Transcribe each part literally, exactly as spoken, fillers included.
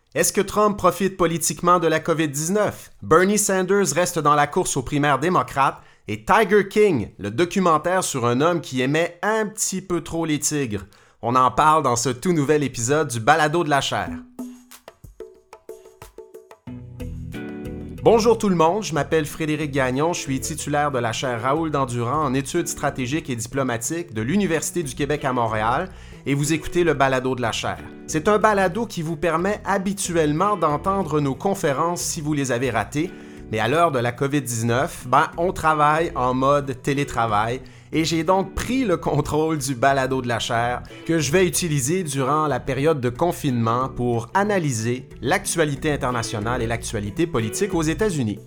Est-ce que Trump profite politiquement de la covid dix-neuf? Bernie Sanders reste dans la course aux primaires démocrates et Tiger King, le documentaire sur un homme qui aimait un petit peu trop les tigres. On en parle dans ce tout nouvel épisode du Balado de la chaire. Bonjour tout le monde, je m'appelle Frédéric Gagnon, je suis titulaire de la chaire Raoul Dandurand en études stratégiques et diplomatiques de l'Université du Québec à Montréal et vous écoutez le Balado de la chaire. C'est un balado qui vous permet habituellement d'entendre nos conférences si vous les avez ratées, mais à l'heure de la covid dix-neuf, ben, on travaille en mode télétravail et j'ai donc pris le contrôle du Balado de la chaire que je vais utiliser durant la période de confinement pour analyser l'actualité internationale et l'actualité politique aux États-Unis.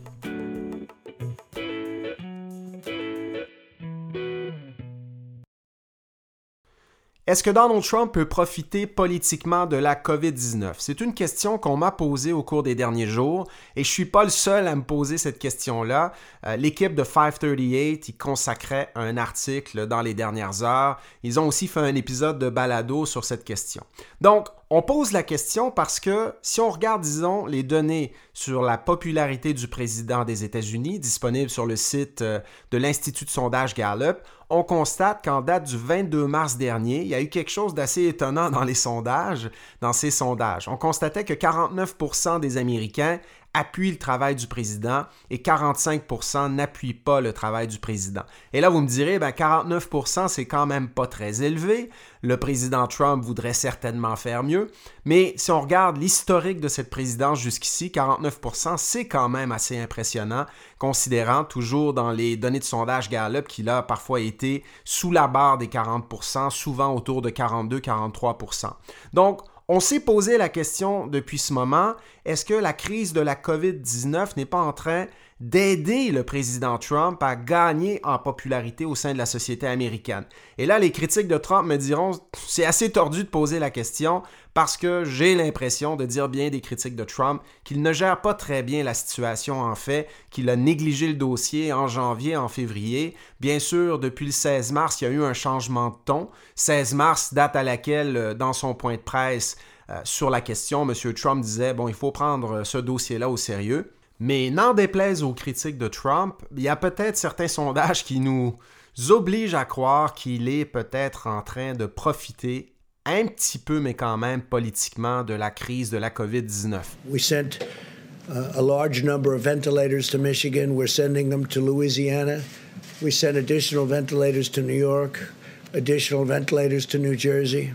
Est-ce que Donald Trump peut profiter politiquement de la covid dix-neuf? C'est une question qu'on m'a posée au cours des derniers jours et je ne suis pas le seul à me poser cette question-là. Euh, l'équipe de cinq cent trente-huit y consacrait un article dans les dernières heures. Ils ont aussi fait un épisode de balado sur cette question. Donc, on pose la question parce que si on regarde, disons, les données sur la popularité du président des États-Unis disponibles sur le site de l'Institut de sondage Gallup, on constate qu'en date du vingt-deux mars dernier, il y a eu quelque chose d'assez étonnant dans les sondages, dans ces sondages. On constatait que quarante-neuf pour cent des Américains appuient le travail du président et quarante-cinq pour cent n'appuient pas le travail du président. Et là, vous me direz, ben quarante-neuf pour cent, c'est quand même pas très élevé. Le président Trump voudrait certainement faire mieux. Mais si on regarde l'historique de cette présidence jusqu'ici, quarante-neuf pour cent, c'est quand même assez impressionnant, considérant toujours dans les données de sondage Gallup qu'il a parfois été sous la barre des quarante pour cent, souvent autour de quarante-deux à quarante-trois pour cent. Donc, on s'est posé la question depuis ce moment, est-ce que la crise de la covid dix-neuf n'est pas en train d'aider le président Trump à gagner en popularité au sein de la société américaine? Et là, les critiques de Trump me diront, c'est assez tordu de poser la question parce que j'ai l'impression de dire bien des critiques de Trump qu'il ne gère pas très bien la situation en fait, qu'il a négligé le dossier en janvier, en février. Bien sûr, depuis le seize mars, il y a eu un changement de ton. seize mars, date à laquelle, dans son point de presse euh, sur la question, M. Trump disait, bon, il faut prendre ce dossier-là au sérieux. Mais n'en déplaise aux critiques de Trump, il y a peut-être certains sondages qui nous obligent à croire qu'il est peut-être en train de profiter un petit peu, mais quand même politiquement, de la crise de la covid dix-neuf. We sent uh, a large number of ventilators to Michigan. We're sending them to Louisiana. We sent additional ventilators to New York, additional ventilators to New Jersey.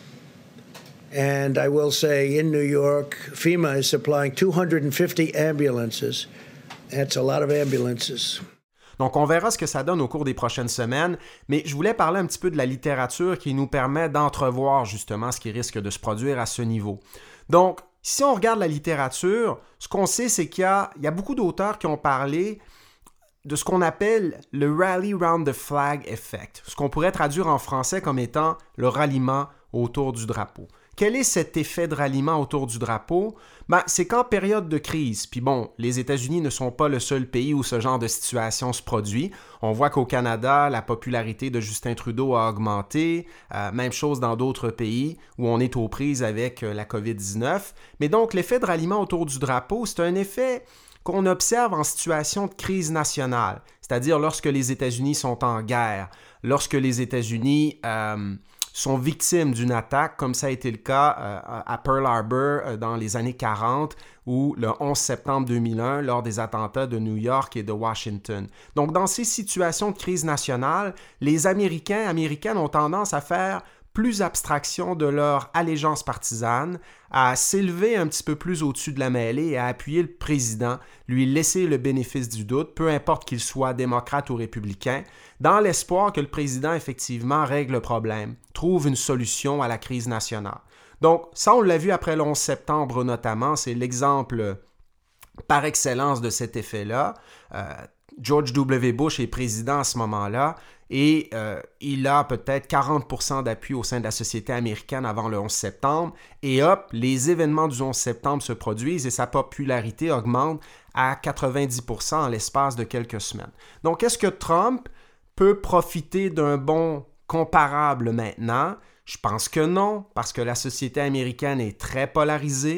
And I will say, in New York, FEMA is supplying two hundred fifty ambulances. That's a lot of ambulances. Donc, on verra ce que ça donne au cours des prochaines semaines, mais je voulais parler un petit peu de la littérature qui nous permet d'entrevoir justement ce qui risque de se produire à ce niveau. Donc, si on regarde la littérature, ce qu'on sait, c'est qu'il y a, il y a beaucoup d'auteurs qui ont parlé de ce qu'on appelle le « rally round the flag effect », ce qu'on pourrait traduire en français comme étant le ralliement autour du drapeau. Quel est cet effet de ralliement autour du drapeau? Ben, c'est qu'en période de crise, puis bon, les États-Unis ne sont pas le seul pays où ce genre de situation se produit. On voit qu'au Canada, la popularité de Justin Trudeau a augmenté. Euh, même chose dans d'autres pays où on est aux prises avec euh, la covid dix-neuf. Mais donc, l'effet de ralliement autour du drapeau, c'est un effet qu'on observe en situation de crise nationale, c'est-à-dire lorsque les États-Unis sont en guerre, lorsque les États-Unis euh, sont victimes d'une attaque, comme ça a été le cas euh, à Pearl Harbor euh, dans les années quarante ou le onze septembre deux mille un lors des attentats de New York et de Washington. Donc, dans ces situations de crise nationale, les Américains, Américaines ont tendance à faire plus abstraction de leur allégeance partisane, à s'élever un petit peu plus au-dessus de la mêlée et à appuyer le président, lui laisser le bénéfice du doute, peu importe qu'il soit démocrate ou républicain, dans l'espoir que le président, effectivement, règle le problème, trouve une solution à la crise nationale. Donc, ça, on l'a vu après le onze septembre notamment, c'est l'exemple par excellence de cet effet-là. Euh, George W. Bush est président à ce moment-là et euh, il a peut-être quarante pour cent d'appui au sein de la société américaine avant le onze septembre et hop, les événements du onze septembre se produisent et sa popularité augmente à quatre-vingt-dix pour cent en l'espace de quelques semaines. Donc, est-ce que Trump peut profiter d'un bond comparable maintenant? Je pense que non, parce que la société américaine est très polarisée.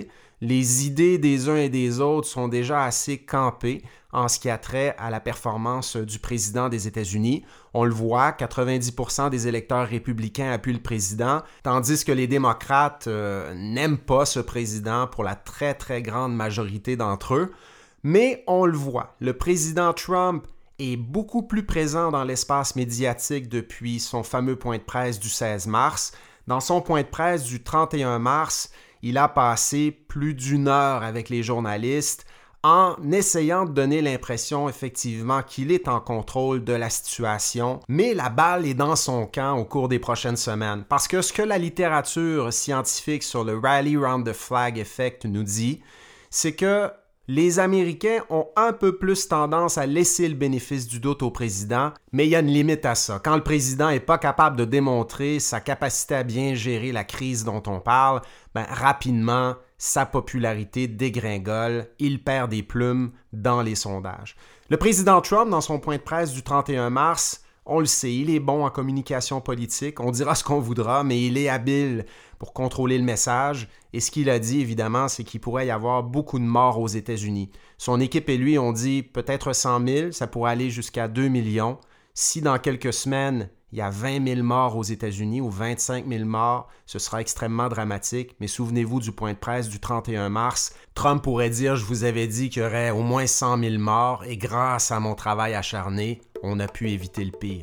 Les idées des uns et des autres sont déjà assez campées en ce qui a trait à la performance du président des États-Unis. On le voit, quatre-vingt-dix pour cent des électeurs républicains appuient le président, tandis que les démocrates euh, n'aiment pas ce président pour la très, très grande majorité d'entre eux. Mais on le voit, le président Trump est beaucoup plus présent dans l'espace médiatique depuis son fameux point de presse du seize mars. Dans son point de presse du trente et un mars, il a passé plus d'une heure avec les journalistes en essayant de donner l'impression effectivement qu'il est en contrôle de la situation, mais la balle est dans son camp au cours des prochaines semaines. Parce que ce que la littérature scientifique sur le Rally Round the Flag Effect nous dit, c'est que les Américains ont un peu plus tendance à laisser le bénéfice du doute au président, mais il y a une limite à ça. Quand le président n'est pas capable de démontrer sa capacité à bien gérer la crise dont on parle, ben, rapidement, sa popularité dégringole, il perd des plumes dans les sondages. Le président Trump, dans son point de presse du trente et un mars, on le sait, il est bon en communication politique, on dira ce qu'on voudra, mais il est habile pour contrôler le message. Et ce qu'il a dit, évidemment, c'est qu'il pourrait y avoir beaucoup de morts aux États-Unis. Son équipe et lui ont dit peut-être cent mille, ça pourrait aller jusqu'à deux millions. Si dans quelques semaines, il y a vingt mille morts aux États-Unis ou vingt-cinq mille morts, ce sera extrêmement dramatique. Mais souvenez-vous du point de presse du trente et un mars, Trump pourrait dire « Je vous avais dit qu'il y aurait au moins cent mille morts et grâce à mon travail acharné, on a pu éviter le pire. »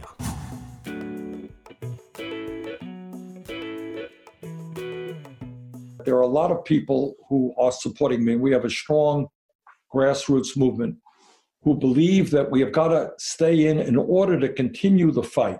There are a lot of people who are supporting me. We have a strong grassroots movement who believe that we have got to stay in in order to continue the fight,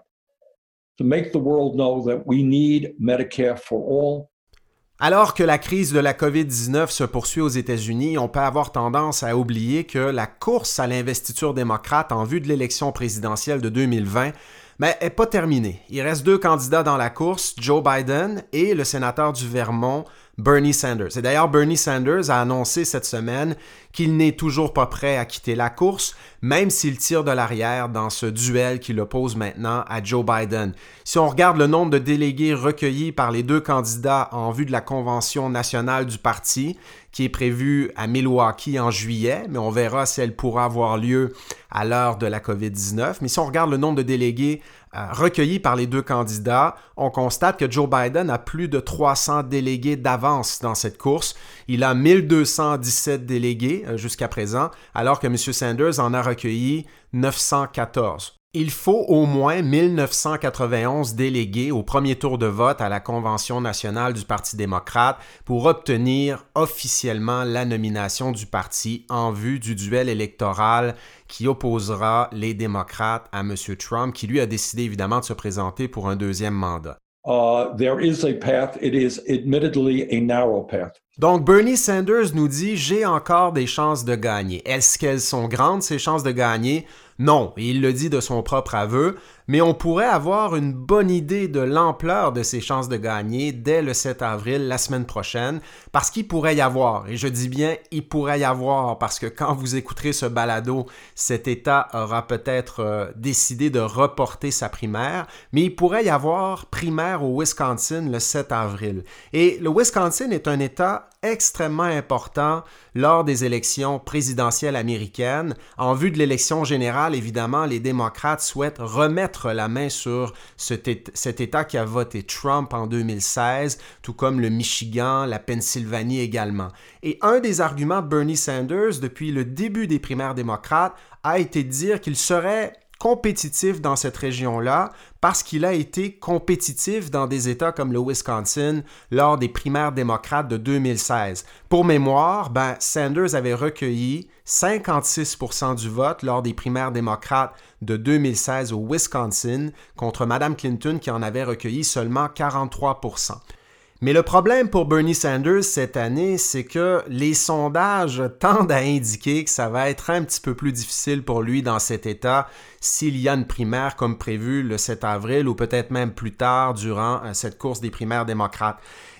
to make the world know that we need Medicare for all. Alors que la crise de la covid dix-neuf se poursuit aux États-Unis, on peut avoir tendance à oublier que la course à l'investiture démocrate en vue de l'élection présidentielle de deux mille vingt mais n'est pas terminée. Il reste deux candidats dans la course, Joe Biden et le sénateur du Vermont, Bernie Sanders. Et d'ailleurs, Bernie Sanders a annoncé cette semaine qu'il n'est toujours pas prêt à quitter la course, même s'il tire de l'arrière dans ce duel qui l'oppose maintenant à Joe Biden. Si on regarde le nombre de délégués recueillis par les deux candidats en vue de la convention nationale du parti, qui est prévue à Milwaukee en juillet, mais on verra si elle pourra avoir lieu à l'heure de la covid dix-neuf. Mais si on regarde le nombre de délégués euh, recueillis par les deux candidats, on constate que Joe Biden a plus de trois cents délégués d'avance dans cette course. Il a mille deux cent dix-sept délégués euh, jusqu'à présent, alors que M. Sanders en a recueilli neuf cent quatorze. Il faut au moins mille neuf cent quatre-vingt-onze délégués au premier tour de vote à la Convention nationale du Parti démocrate pour obtenir officiellement la nomination du parti en vue du duel électoral qui opposera les démocrates à M. Trump, qui lui a décidé évidemment de se présenter pour un deuxième mandat. Uh, there is a path. It is admittedly a narrow path. Donc, Bernie Sanders nous dit « J'ai encore des chances de gagner ». Est-ce qu'elles sont grandes, ces chances de gagner? Non, et il le dit de son propre aveu, mais on pourrait avoir une bonne idée de l'ampleur de ses chances de gagner dès le sept avril, la semaine prochaine, parce qu'il pourrait y avoir, et je dis bien « il pourrait y avoir », parce que quand vous écouterez ce balado, cet État aura peut-être euh, décidé de reporter sa primaire, mais il pourrait y avoir primaire au Wisconsin le sept avril. Et le Wisconsin est un État extrêmement important lors des élections présidentielles américaines. En vue de l'élection générale, évidemment, les démocrates souhaitent remettre la main sur cet État, cet État qui a voté Trump en deux mille seize, tout comme le Michigan, la Pennsylvanie également. Et un des arguments de Bernie Sanders depuis le début des primaires démocrates a été de dire qu'il serait compétitif dans cette région-là parce qu'il a été compétitif dans des États comme le Wisconsin lors des primaires démocrates de deux mille seize. Pour mémoire, ben, Sanders avait recueilli cinquante-six pour cent du vote lors des primaires démocrates de deux mille seize au Wisconsin contre Mme Clinton qui en avait recueilli seulement quarante-trois pour cent. Mais le problème pour Bernie Sanders cette année, c'est que les sondages tendent à indiquer que ça va être un petit peu plus difficile pour lui dans cet État s'il y a une primaire comme prévu le sept avril ou peut-être même plus tard durant cette course des primaires démocrates.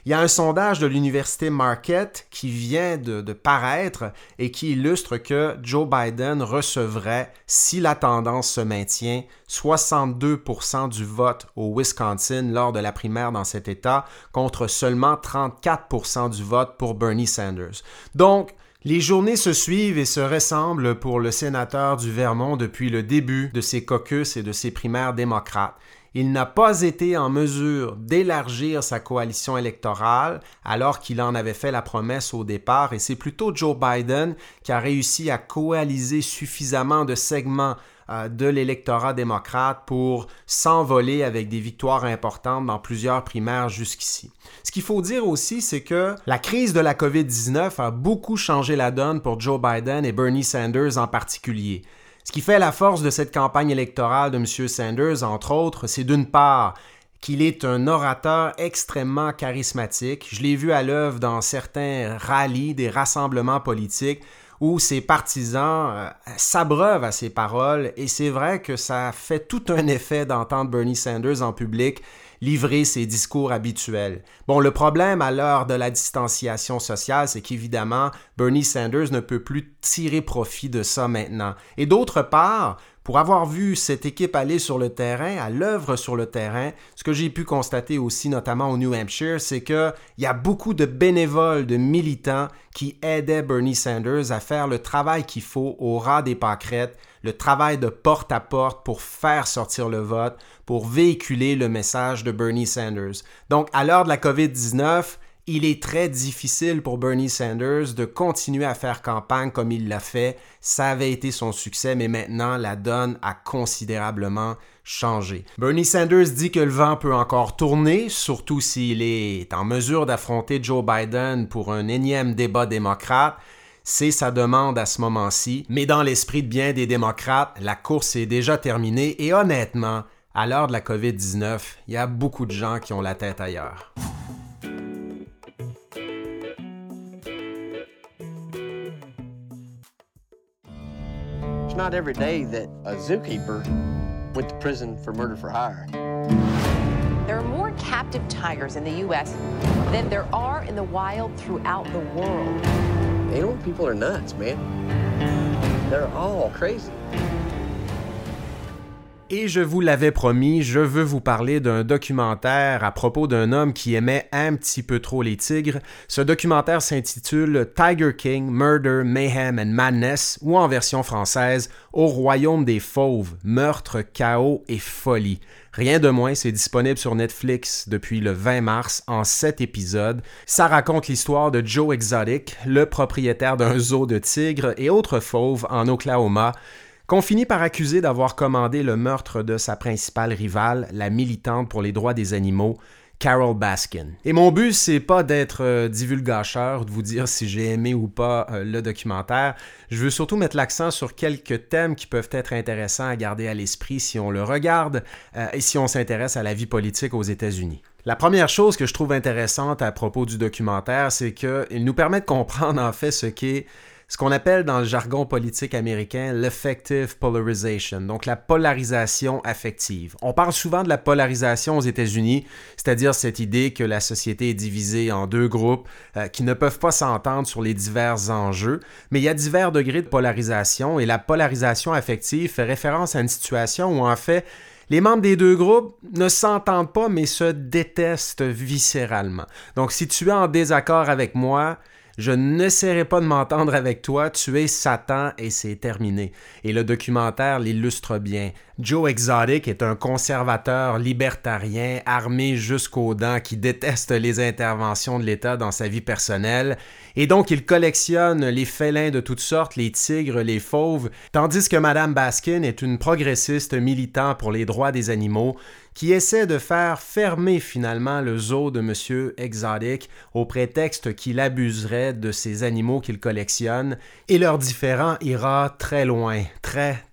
Il y a un sondage de l'université Marquette qui vient de, de paraître et qui illustre que Joe Biden recevrait, si la tendance se maintient, soixante-deux pour cent du vote au Wisconsin lors de la primaire dans cet État, contre seulement trente-quatre pour cent du vote pour Bernie Sanders. Donc, les journées se suivent et se ressemblent pour le sénateur du Vermont depuis le début de ses caucus et de ses primaires démocrates. Il n'a pas été en mesure d'élargir sa coalition électorale alors qu'il en avait fait la promesse au départ et c'est plutôt Joe Biden qui a réussi à coaliser suffisamment de segments euh, de l'électorat démocrate pour s'envoler avec des victoires importantes dans plusieurs primaires jusqu'ici. Ce qu'il faut dire aussi, c'est que la crise de la covid dix-neuf a beaucoup changé la donne pour Joe Biden et Bernie Sanders en particulier. Ce qui fait la force de cette campagne électorale de M. Sanders, entre autres, c'est d'une part qu'il est un orateur extrêmement charismatique. Je l'ai vu à l'œuvre dans certains rallyes, des rassemblements politiques, où ses partisans euh, s'abreuvent à ses paroles, et c'est vrai que ça fait tout un effet d'entendre Bernie Sanders en public livrer ses discours habituels. Bon, le problème à l'heure de la distanciation sociale, c'est qu'évidemment, Bernie Sanders ne peut plus tirer profit de ça maintenant. Et d'autre part, pour avoir vu cette équipe aller sur le terrain, à l'œuvre sur le terrain, ce que j'ai pu constater aussi, notamment au New Hampshire, c'est qu'il y a beaucoup de bénévoles, de militants qui aidaient Bernie Sanders à faire le travail qu'il faut au ras des pâquerettes, le travail de porte à porte pour faire sortir le vote, pour véhiculer le message de Bernie Sanders. Donc, à l'heure de la covid dix-neuf, il est très difficile pour Bernie Sanders de continuer à faire campagne comme il l'a fait. Ça avait été son succès, mais maintenant, la donne a considérablement changé. Bernie Sanders dit que le vent peut encore tourner, surtout s'il est en mesure d'affronter Joe Biden pour un énième débat démocrate. C'est sa demande à ce moment-ci, mais dans l'esprit de bien des démocrates, la course est déjà terminée et honnêtement, à l'heure de la covid dix-neuf, il y a beaucoup de gens qui ont la tête ailleurs. It's not every day that a zookeeper went to prison for murder for hire. There are more captive tigers in the U S than there are in the wild throughout the world. Animal people are nuts, man. They're all crazy. Et je vous l'avais promis, je veux vous parler d'un documentaire à propos d'un homme qui aimait un petit peu trop les tigres. Ce documentaire s'intitule Tiger King, Murder, Mayhem and Madness, ou en version française, Au royaume des fauves, meurtre, chaos et folie. Rien de moins, c'est disponible sur Netflix depuis le vingt mars en sept épisodes. Ça raconte l'histoire de Joe Exotic, le propriétaire d'un zoo de tigres et autres fauves en Oklahoma, qu'on finit par accuser d'avoir commandé le meurtre de sa principale rivale, la militante pour les droits des animaux, Carole Baskin. Et mon but, c'est pas d'être euh, divulgateur, de vous dire si j'ai aimé ou pas euh, le documentaire. Je veux surtout mettre l'accent sur quelques thèmes qui peuvent être intéressants à garder à l'esprit si on le regarde euh, et si on s'intéresse à la vie politique aux États-Unis. La première chose que je trouve intéressante à propos du documentaire, c'est qu'il nous permet de comprendre en fait ce qu'est ce qu'on appelle dans le jargon politique américain l'effective polarization, donc la polarisation affective. On parle souvent de la polarisation aux États-Unis, c'est-à-dire cette idée que la société est divisée en deux groupes euh, qui ne peuvent pas s'entendre sur les divers enjeux, mais il y a divers degrés de polarisation et la polarisation affective fait référence à une situation où en fait les membres des deux groupes ne s'entendent pas mais se détestent viscéralement. Donc si tu es en désaccord avec moi, je n'essaierai pas de m'entendre avec toi, tu es Satan et c'est terminé. Et le documentaire l'illustre bien. Joe Exotic est un conservateur libertarien armé jusqu'aux dents qui déteste les interventions de l'État dans sa vie personnelle et donc il collectionne les félins de toutes sortes, les tigres, les fauves, tandis que Madame Baskin est une progressiste militant pour les droits des animaux qui essaie de faire fermer finalement le zoo de M. Exotic au prétexte qu'il abuserait de ces animaux qu'il collectionne et leur différend ira très loin, très, très,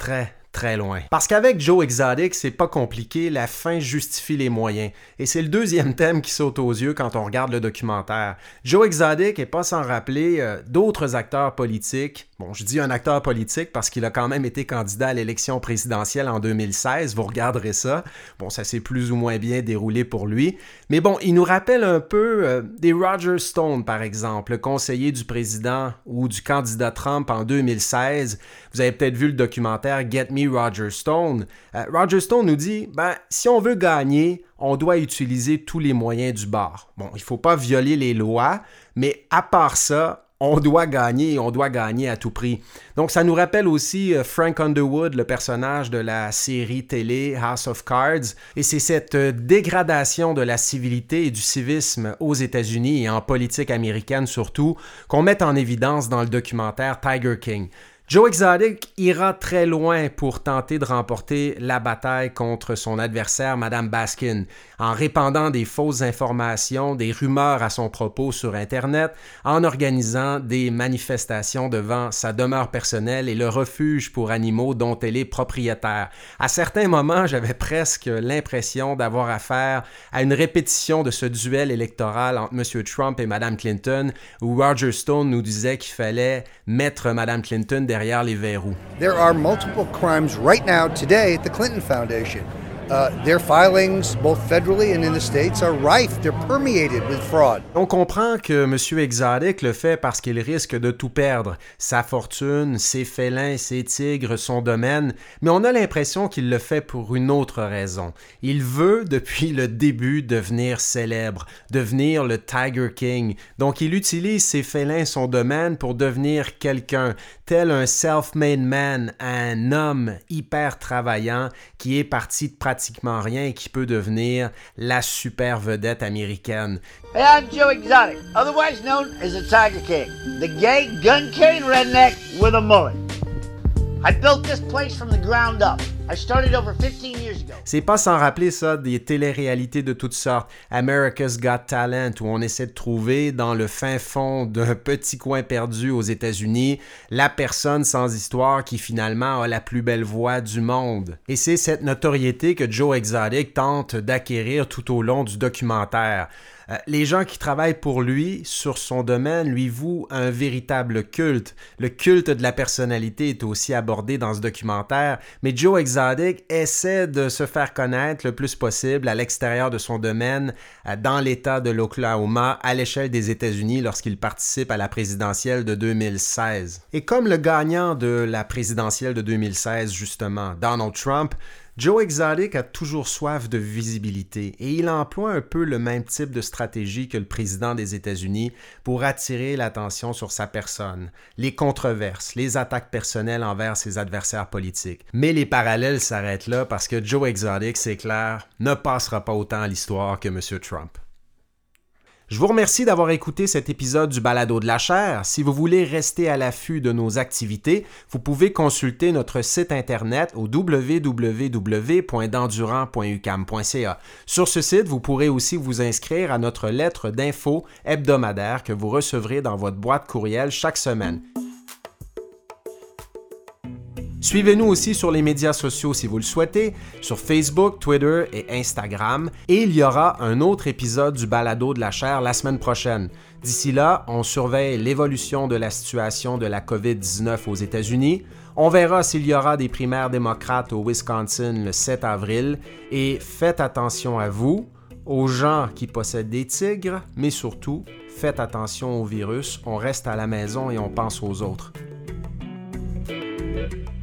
très loin. Parce qu'avec Joe Exotic, c'est pas compliqué, la fin justifie les moyens. Et c'est le deuxième thème qui saute aux yeux quand on regarde le documentaire. Joe Exotic est pas sans rappeler euh, d'autres acteurs politiques. Bon, je dis un acteur politique parce qu'il a quand même été candidat à l'élection présidentielle en deux mille seize, vous regarderez ça. Bon, ça s'est plus ou moins bien déroulé pour lui. Mais bon, il nous rappelle un peu euh, des Roger Stone, par exemple, le conseiller du président ou du candidat Trump en deux mille seize. Vous avez peut-être vu le documentaire Get Me Roger Stone. Euh, Roger Stone nous dit, ben, si on veut gagner, on doit utiliser tous les moyens du bord. Bon, il ne faut pas violer les lois, mais à part ça, on doit gagner et on doit gagner à tout prix. Donc, ça nous rappelle aussi euh, Frank Underwood, le personnage de la série télé House of Cards. Et c'est cette euh, dégradation de la civilité et du civisme aux États-Unis et en politique américaine surtout qu'on met en évidence dans le documentaire Tiger King. Joe Exotic ira très loin pour tenter de remporter la bataille contre son adversaire, Madame Baskin, en répandant des fausses informations, des rumeurs à son propos sur Internet, en organisant des manifestations devant sa demeure personnelle et le refuge pour animaux dont elle est propriétaire. À certains moments, j'avais presque l'impression d'avoir affaire à une répétition de ce duel électoral entre M. Trump et Mme Clinton, où Roger Stone nous disait qu'il fallait mettre Mme Clinton derrière derrière les verrous. There are multiple crimes right now today at the Clinton Foundation. Uh, their filings, both federally and in the states, are rife. They're permeated with fraud. On comprend que M. Exotic le fait parce qu'il risque de tout perdre. Sa fortune, ses félins, ses tigres, son domaine. Mais on a l'impression qu'il le fait pour une autre raison. Il veut, depuis le début, devenir célèbre, devenir le Tiger King. Donc, il utilise ses félins, son domaine, pour devenir quelqu'un, tel un self-made man, un homme hyper travaillant qui est parti de pratiquement pratiquement rien et qui peut devenir la super vedette américaine. Hey, I'm Joe Exotic, otherwise known as the Tiger King, the gay, gun-carrying redneck with a mullet. I built this place from the ground up. I started over fifteen years ago. C'est pas sans rappeler ça des téléréalités de toutes sortes. America's Got Talent, où on essaie de trouver dans le fin fond d'un petit coin perdu aux États-Unis la personne sans histoire qui finalement a la plus belle voix du monde. Et c'est cette notoriété que Joe Exotic tente d'acquérir tout au long du documentaire. Euh, les gens qui travaillent pour lui, sur son domaine, lui vouent un véritable culte. Le culte de la personnalité est aussi abordé dans ce documentaire, mais Joe Exotic essaie de se faire connaître le plus possible à l'extérieur de son domaine, euh, dans l'État de l'Oklahoma, à l'échelle des États-Unis lorsqu'il participe à la présidentielle de deux mille seize. Et comme le gagnant de la présidentielle de deux mille seize, justement, Donald Trump, Joe Exotic a toujours soif de visibilité et il emploie un peu le même type de stratégie que le président des États-Unis pour attirer l'attention sur sa personne, les controverses, les attaques personnelles envers ses adversaires politiques. Mais les parallèles s'arrêtent là parce que Joe Exotic, c'est clair, ne passera pas autant à l'histoire que M. Trump. Je vous remercie d'avoir écouté cet épisode du Balado de la chaire. Si vous voulez rester à l'affût de nos activités, vous pouvez consulter notre site internet au w w w point dandurand point u q a m point c a. Sur ce site, vous pourrez aussi vous inscrire à notre lettre d'info hebdomadaire que vous recevrez dans votre boîte courriel chaque semaine. Suivez-nous aussi sur les médias sociaux si vous le souhaitez, sur Facebook, Twitter et Instagram. Et il y aura un autre épisode du Balado de la chaire la semaine prochaine. D'ici là, on surveille l'évolution de la situation de la covid dix-neuf aux États-Unis. On verra s'il y aura des primaires démocrates au Wisconsin le sept avril. Et faites attention à vous, aux gens qui possèdent des tigres, mais surtout, faites attention au virus. On reste à la maison et on pense aux autres.